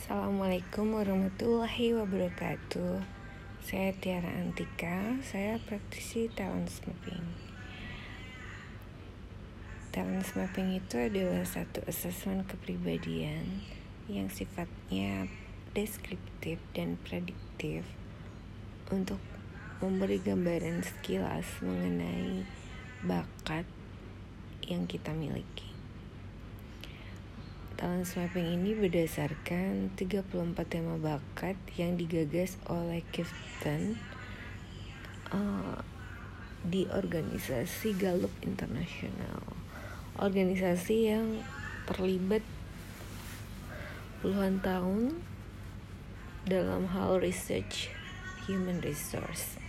Assalamualaikum warahmatullahi wabarakatuh. Saya Tiara Antika, saya praktisi talent mapping. Talent mapping itu adalah satu asesmen kepribadian yang sifatnya deskriptif dan prediktif untuk memberi gambaran sekilas mengenai bakat yang kita miliki. Talent mapping ini berdasarkan 34 tema bakat yang digagas oleh Clifton di organisasi Gallup Internasional. Organisasi yang terlibat puluhan tahun dalam hal research human resource.